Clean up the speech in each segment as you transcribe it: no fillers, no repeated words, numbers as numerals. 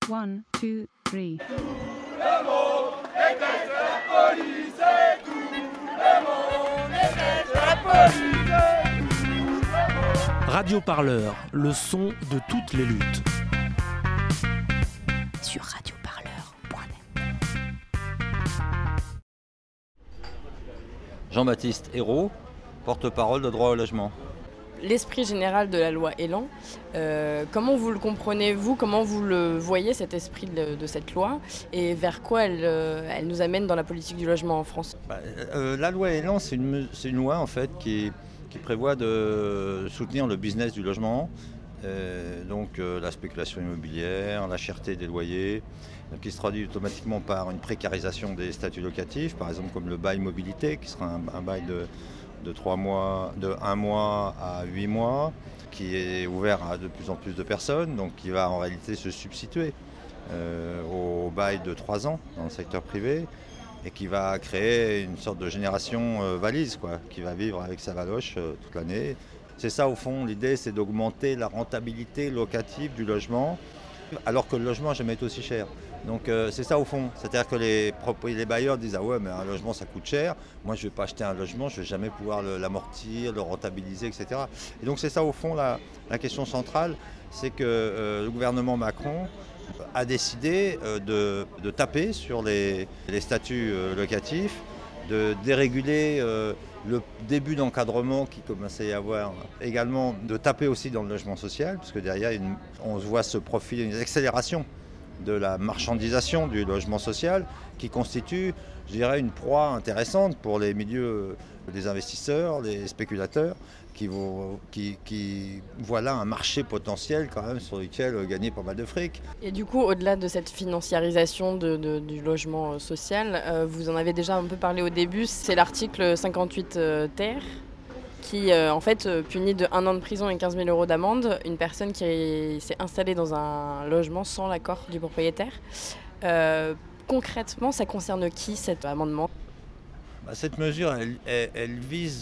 1, 2, 3. Le monde déteste la police et tout. Le monde déteste la police et tout. Radio Parleur, le son de toutes les luttes. Sur radioparleur.net. Jean-Baptiste Hérault, porte-parole de droit au logement. L'esprit général de la loi Elan, comment vous le comprenez, vous, comment vous le voyez, cet esprit de cette loi, et vers quoi elle nous amène dans la politique du logement en France ? La loi Elan, c'est une loi en fait qui prévoit de soutenir le business du logement, donc la spéculation immobilière, la cherté des loyers, qui se traduit automatiquement par une précarisation des statuts locatifs, par exemple comme le bail mobilité, qui sera un bail de 3 mois, de 1 mois à 8 mois, qui est ouvert à de plus en plus de personnes, donc qui va en réalité se substituer au bail de 3 ans dans le secteur privé, et qui va créer une sorte de génération valise, qui va vivre avec sa valoche toute l'année. C'est ça au fond, l'idée c'est d'augmenter la rentabilité locative du logement, alors que le logement n'a jamais été aussi cher. Donc c'est ça au fond, c'est-à-dire que les bailleurs disent « Ah ouais, mais un logement ça coûte cher, moi je ne vais pas acheter un logement, je ne vais jamais pouvoir l'amortir, le rentabiliser, etc. » Et donc c'est ça au fond la question centrale, c'est que le gouvernement Macron a décidé de taper sur les statuts locatifs, de déréguler le début d'encadrement qui commençait à y avoir, également de taper aussi dans le logement social, parce que derrière on voit se profiler une accélération de la marchandisation du logement social qui constitue, je dirais, une proie intéressante pour les milieux des investisseurs, les spéculateurs qui voient là un marché potentiel quand même sur lequel gagner pas mal de fric. Et du coup, au-delà de cette financiarisation du logement social, vous en avez déjà un peu parlé au début, c'est l'article 58 ter qui en fait punit de 1 an de prison et 15 000 € d'amende une personne qui s'est installée dans un logement sans l'accord du propriétaire. Concrètement, ça concerne qui cet amendement ? Cette mesure, elle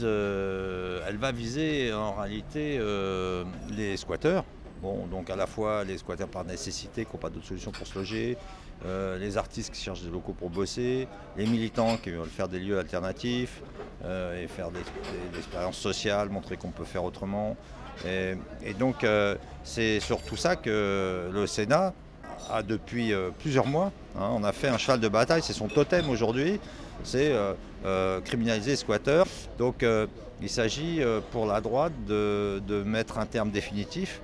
va viser en réalité les squatteurs. Bon, donc à la fois les squatteurs par nécessité qui n'ont pas d'autre solution pour se loger, les artistes qui cherchent des locaux pour bosser, les militants qui veulent faire des lieux alternatifs et faire des expériences sociales, montrer qu'on peut faire autrement. Et donc c'est sur tout ça que le Sénat a depuis plusieurs mois, on a fait un cheval de bataille, c'est son totem aujourd'hui, c'est criminaliser les squatteurs. Donc il s'agit pour la droite de mettre un terme définitif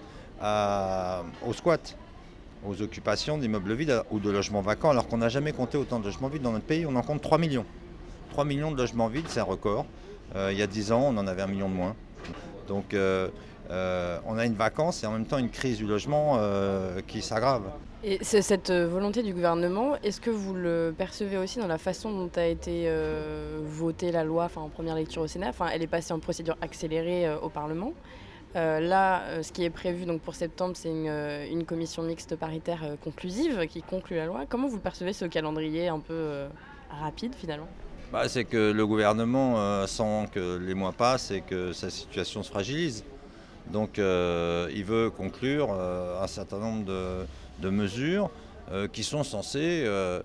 au squat, aux occupations d'immeubles vides ou de logements vacants, alors qu'on n'a jamais compté autant de logements vides dans notre pays. On en compte 3 millions. 3 millions de logements vides, c'est un record. Il y a 10 ans, on en avait 1 million de moins. Donc on a une vacance et en même temps une crise du logement qui s'aggrave. Et cette volonté du gouvernement, est-ce que vous le percevez aussi dans la façon dont a été votée la loi en première lecture au Sénat ? Elle est passée en procédure accélérée au Parlement. Là, ce qui est prévu donc, pour septembre, c'est une commission mixte paritaire conclusive qui conclut la loi. Comment vous percevez ce calendrier un peu rapide finalement ? C'est que le gouvernement sent que les mois passent et que sa situation se fragilise. Donc il veut conclure un certain nombre de mesures qui sont censées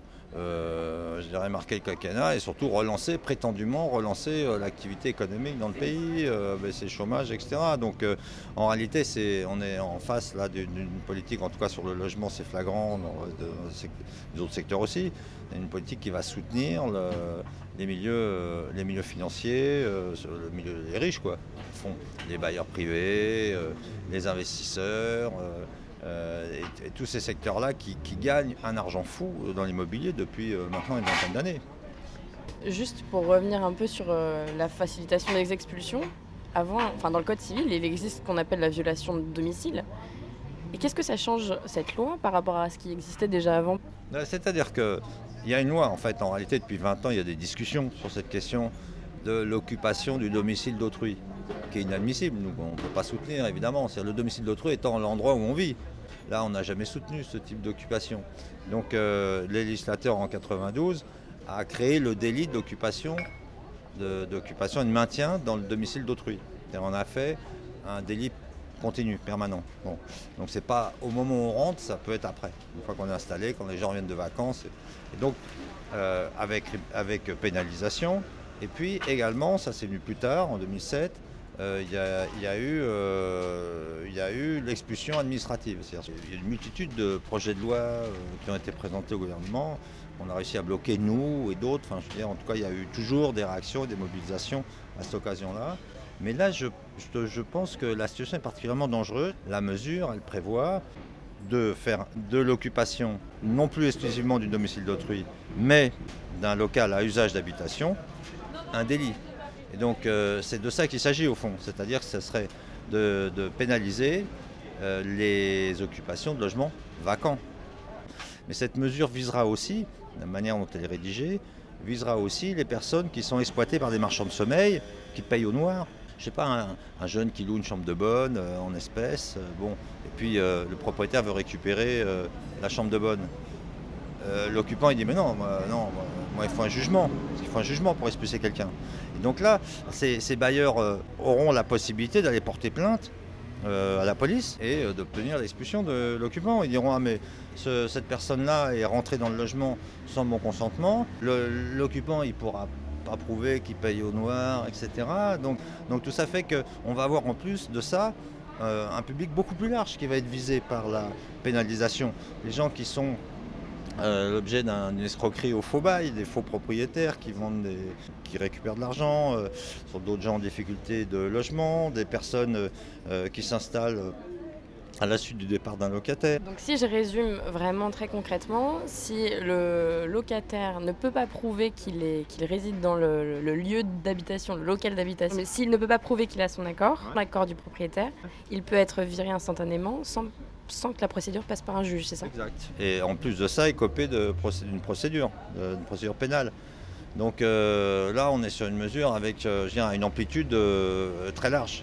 je dirais marquer le quinquennat et surtout prétendument relancer l'activité économique dans le pays, baisser le chômage, etc. Donc en réalité, on est en face là, d'une politique, en tout cas sur le logement, c'est flagrant, dans les autres secteurs aussi, une politique qui va soutenir les milieux financiers, le milieu des riches, les bailleurs privés, les investisseurs. Et tous ces secteurs-là qui gagnent un argent fou dans l'immobilier depuis maintenant une vingtaine d'années. Juste pour revenir un peu sur la facilitation des expulsions, dans le Code civil, il existe ce qu'on appelle la violation de domicile. Et qu'est-ce que ça change, cette loi, par rapport à ce qui existait déjà avant ? C'est-à-dire qu'il y a une loi, en réalité depuis 20 ans, il y a des discussions sur cette question de l'occupation du domicile d'autrui, qui est inadmissible, nous on ne peut pas soutenir évidemment, c'est le domicile d'autrui étant l'endroit où on vit. Là on n'a jamais soutenu ce type d'occupation. Donc le législateur en 92 a créé le délit d'occupation et de maintien dans le domicile d'autrui. On a fait un délit continu, permanent. Bon. Donc c'est pas au moment où on rentre, ça peut être après, une fois qu'on est installé, quand les gens reviennent de vacances. Et donc avec pénalisation. Et puis également, ça c'est venu plus tard, en 2007, il y a eu l'expulsion administrative. C'est-à-dire, il y a une multitude de projets de loi qui ont été présentés au gouvernement. On a réussi à bloquer, nous et d'autres. Enfin, je veux dire, en tout cas, il y a eu toujours des réactions et des mobilisations à cette occasion-là. Mais là, je pense que la situation est particulièrement dangereuse. La mesure, elle prévoit de faire de l'occupation, non plus exclusivement du domicile d'autrui, mais d'un local à usage d'habitation, un délit. Et donc, c'est de ça qu'il s'agit au fond. C'est-à-dire que ce serait de pénaliser les occupations de logements vacants. Mais cette mesure visera aussi, la manière dont elle est rédigée, visera aussi les personnes qui sont exploitées par des marchands de sommeil, qui payent au noir. Je ne sais pas, un jeune qui loue une chambre de bonne en espèces, et puis le propriétaire veut récupérer la chambre de bonne. L'occupant il dit mais non, moi il faut un jugement, parce qu'il faut un jugement pour expulser quelqu'un. Et donc là, ces bailleurs auront la possibilité d'aller porter plainte à la police et d'obtenir l'expulsion de l'occupant. Ils diront ah mais cette personne-là est rentrée dans le logement sans mon consentement. L'occupant il pourra pas prouver qu'il paye au noir, etc. Donc tout ça fait qu'on va avoir en plus de ça un public beaucoup plus large qui va être visé par la pénalisation. Les gens qui sont l'objet d'une escroquerie au faux bail, des faux propriétaires qui récupèrent de l'argent, sur d'autres gens en difficulté de logement, des personnes qui s'installent à la suite du départ d'un locataire. Donc si je résume vraiment très concrètement, si le locataire ne peut pas prouver qu'il réside dans le lieu d'habitation, le local d'habitation, mais s'il ne peut pas prouver qu'il a son accord, l'accord du propriétaire, il peut être viré instantanément sans que la procédure passe par un juge, c'est ça ? Exact. Et en plus de ça, écopé d'une procédure pénale. Donc là, on est sur une mesure avec une amplitude très large.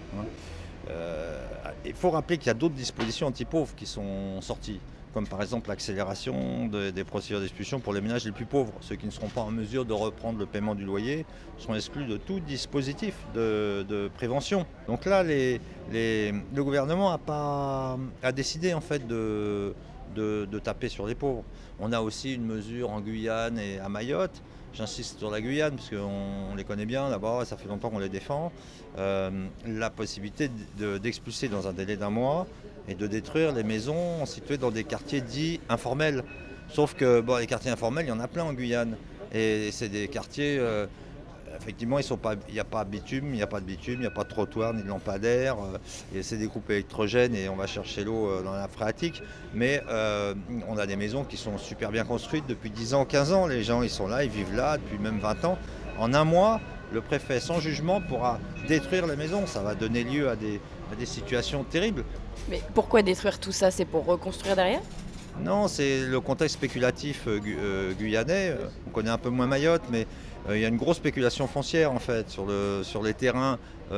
Il faut rappeler qu'il y a d'autres dispositions anti-pauvres qui sont sorties, comme par exemple l'accélération des procédures d'expulsion pour les ménages les plus pauvres. Ceux qui ne seront pas en mesure de reprendre le paiement du loyer seront exclus de tout dispositif de prévention. Donc là, le gouvernement a décidé en fait de taper sur les pauvres. On a aussi une mesure en Guyane et à Mayotte. J'insiste sur la Guyane parce qu'on les connaît bien là-bas, ça fait longtemps qu'on les défend. La possibilité d'expulser dans un délai d'un mois et de détruire les maisons situées dans des quartiers dits informels. Sauf que les quartiers informels, il y en a plein en Guyane. Et c'est des quartiers, effectivement, il n'y a pas de bitume, il n'y a pas de trottoir ni de lampadaire. Et c'est des groupes électrogènes et on va chercher l'eau dans la nappe phréatique. Mais on a des maisons qui sont super bien construites depuis 10 ans, 15 ans. Les gens, ils sont là, ils vivent là depuis même 20 ans. En un mois, le préfet, sans jugement, pourra détruire les maisons. Ça va donner lieu à des situations terribles. Mais pourquoi détruire tout ça ? C'est pour reconstruire derrière ? Non, c'est le contexte spéculatif guyanais. On connaît un peu moins Mayotte, mais il y a une grosse spéculation foncière en fait sur les terrains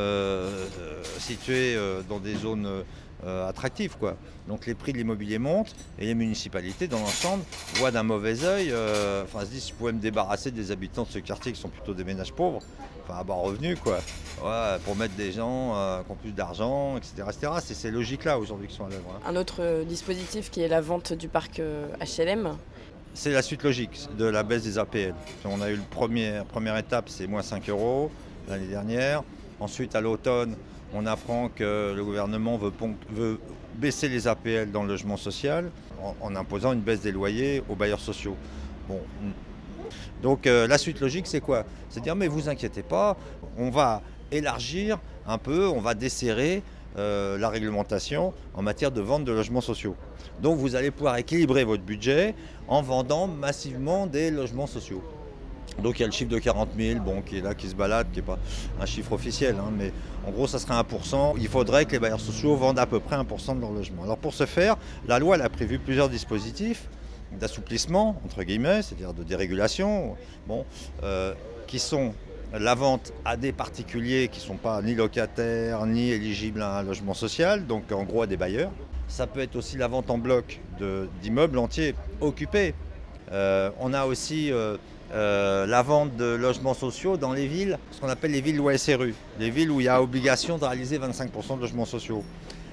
situés dans des zones attractives, quoi. Donc les prix de l'immobilier montent et les municipalités dans l'ensemble voient d'un mauvais œil, se disent si je pouvais me débarrasser des habitants de ce quartier qui sont plutôt des ménages pauvres, à bas revenus, quoi. Ouais, pour mettre des gens qui ont plus d'argent, etc. C'est ces logiques-là aujourd'hui qui sont à l'œuvre. Un autre dispositif qui est la vente du parc HLM. C'est la suite logique de la baisse des APL. On a eu première étape, c'est moins 5 € l'année dernière. Ensuite, à l'automne, on apprend que le gouvernement veut baisser les APL dans le logement social en imposant une baisse des loyers aux bailleurs sociaux. Bon. Donc la suite logique, c'est quoi ? C'est de dire, mais vous inquiétez pas, on va élargir un peu, on va desserrer la réglementation en matière de vente de logements sociaux. Donc vous allez pouvoir équilibrer votre budget en vendant massivement des logements sociaux. Donc il y a le chiffre de 40 000 qui est là, qui se balade, qui n'est pas un chiffre officiel, mais en gros ça serait 1%. Il faudrait que les bailleurs sociaux vendent à peu près 1% de leur logement. Alors pour ce faire, la loi elle a prévu plusieurs dispositifs d'assouplissement, entre guillemets, c'est-à-dire de dérégulation, qui sont la vente à des particuliers qui ne sont pas ni locataires, ni éligibles à un logement social, donc en gros à des bailleurs. Ça peut être aussi la vente en bloc d'immeubles entiers occupés. On a aussi la vente de logements sociaux dans les villes, ce qu'on appelle les villes loi SRU, les villes où il y a obligation de réaliser 25% de logements sociaux.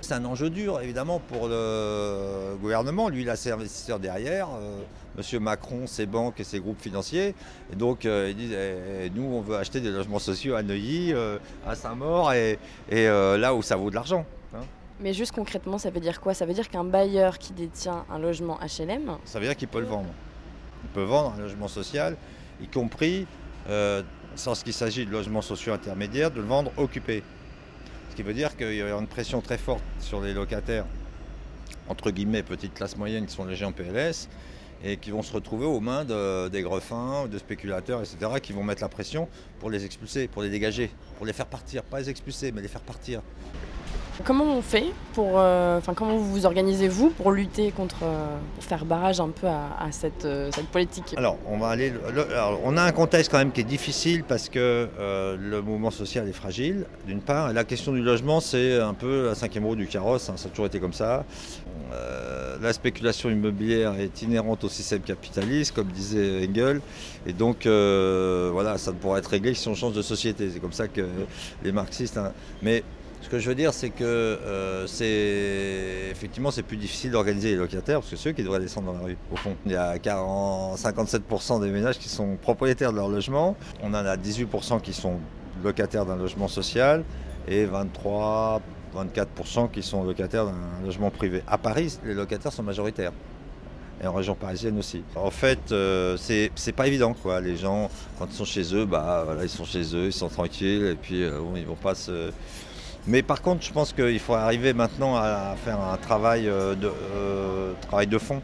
C'est un enjeu dur, évidemment, pour le gouvernement. Lui, il a ses investisseurs derrière, M. Macron, ses banques et ses groupes financiers. Et donc, ils disent, nous, on veut acheter des logements sociaux à Neuilly, à Saint-Maur, et là où ça vaut de l'argent. Mais juste concrètement, ça veut dire quoi? Ça veut dire qu'un bailleur qui détient un logement HLM... Ça veut dire qu'il peut le vendre. Il peut vendre un logement social, y compris, sans qu'il s'agit de logements sociaux intermédiaires, de le vendre occupé. Ce qui veut dire qu'il y aura une pression très forte sur les locataires, entre guillemets, petite classe moyenne, qui sont logés en PLS, et qui vont se retrouver aux mains des greffins, de spéculateurs, etc., qui vont mettre la pression pour les expulser, pour les dégager, pour les faire partir. Pas les expulser, mais les faire partir. Comment on fait comment vous organisez-vous pour lutter contre, pour faire barrage un peu à cette politique? Alors, on a un contexte quand même qui est difficile parce que le mouvement social est fragile, d'une part. Et la question du logement, c'est un peu la cinquième roue du carrosse, ça a toujours été comme ça. La spéculation immobilière est inhérente au système capitaliste, comme disait Engels. Et donc, ça ne pourra être réglé que si on change de société. C'est comme ça que les marxistes... Mais ce que je veux dire, c'est que effectivement, c'est plus difficile d'organiser les locataires, parce que c'est eux qui devraient descendre dans la rue, au fond. Il y a 57% des ménages qui sont propriétaires de leur logement. On en a 18% qui sont locataires d'un logement social et 24% qui sont locataires d'un logement privé. À Paris, les locataires sont majoritaires. Et en région parisienne aussi. En fait, c'est pas évident, quoi. Les gens, quand ils sont chez eux, ils sont chez eux, ils sont tranquilles, et puis ils vont pas se... Mais par contre, je pense qu'il faut arriver maintenant à faire un travail de fond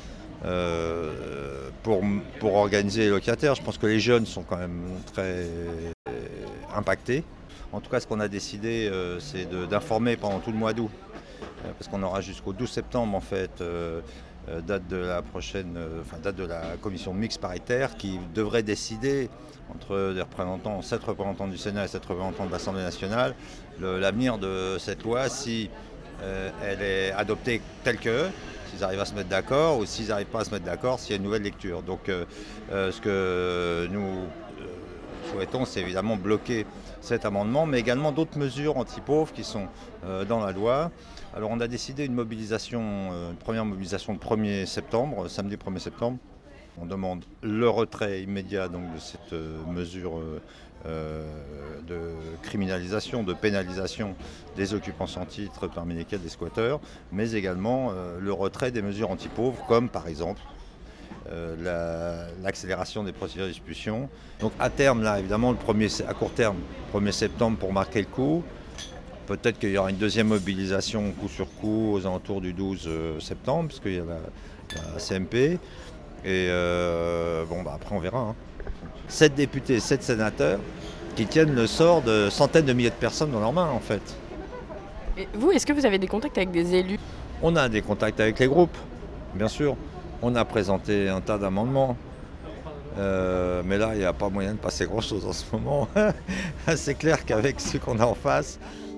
pour organiser les locataires. Je pense que les jeunes sont quand même très impactés. En tout cas, ce qu'on a décidé, c'est d'informer pendant tout le mois d'août, parce qu'on aura jusqu'au 12 septembre, en fait, date de la commission mixte paritaire qui devrait décider entre 7 représentants du Sénat et 7 représentants de l'Assemblée nationale, l'avenir de cette loi, si elle est adoptée telle que, s'ils arrivent à se mettre d'accord, ou s'ils n'arrivent pas à se mettre d'accord, s'il y a une nouvelle lecture. Donc ce que nous souhaitons, c'est évidemment bloquer cet amendement, mais également d'autres mesures anti-pauvres qui sont dans la loi. Alors on a décidé une première mobilisation le 1er septembre, samedi 1er septembre. On demande le retrait immédiat donc, de cette mesure de criminalisation, de pénalisation des occupants sans titre, parmi lesquels des squatteurs, mais également le retrait des mesures anti-pauvres, comme par exemple l'accélération des procédures d'expulsion. Donc à terme, là, évidemment, à court terme, 1er septembre pour marquer le coup. Peut-être qu'il y aura une deuxième mobilisation coup sur coup aux alentours du 12 septembre, puisqu'il y a la CMP. Et après on verra. 7 députés, 7 sénateurs qui tiennent le sort de centaines de milliers de personnes dans leurs mains en fait. Et vous, est-ce que vous avez des contacts avec des élus? On a des contacts avec les groupes, bien sûr. On a présenté un tas d'amendements. Mais là, il n'y a pas moyen de passer grand-chose en ce moment. C'est clair qu'avec ce qu'on a en face...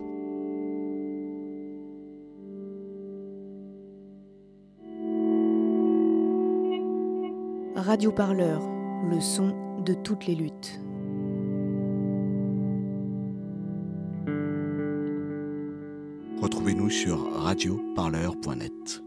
Radio Parleur, le son de toutes les luttes. Retrouvez-nous sur radioparleur.net.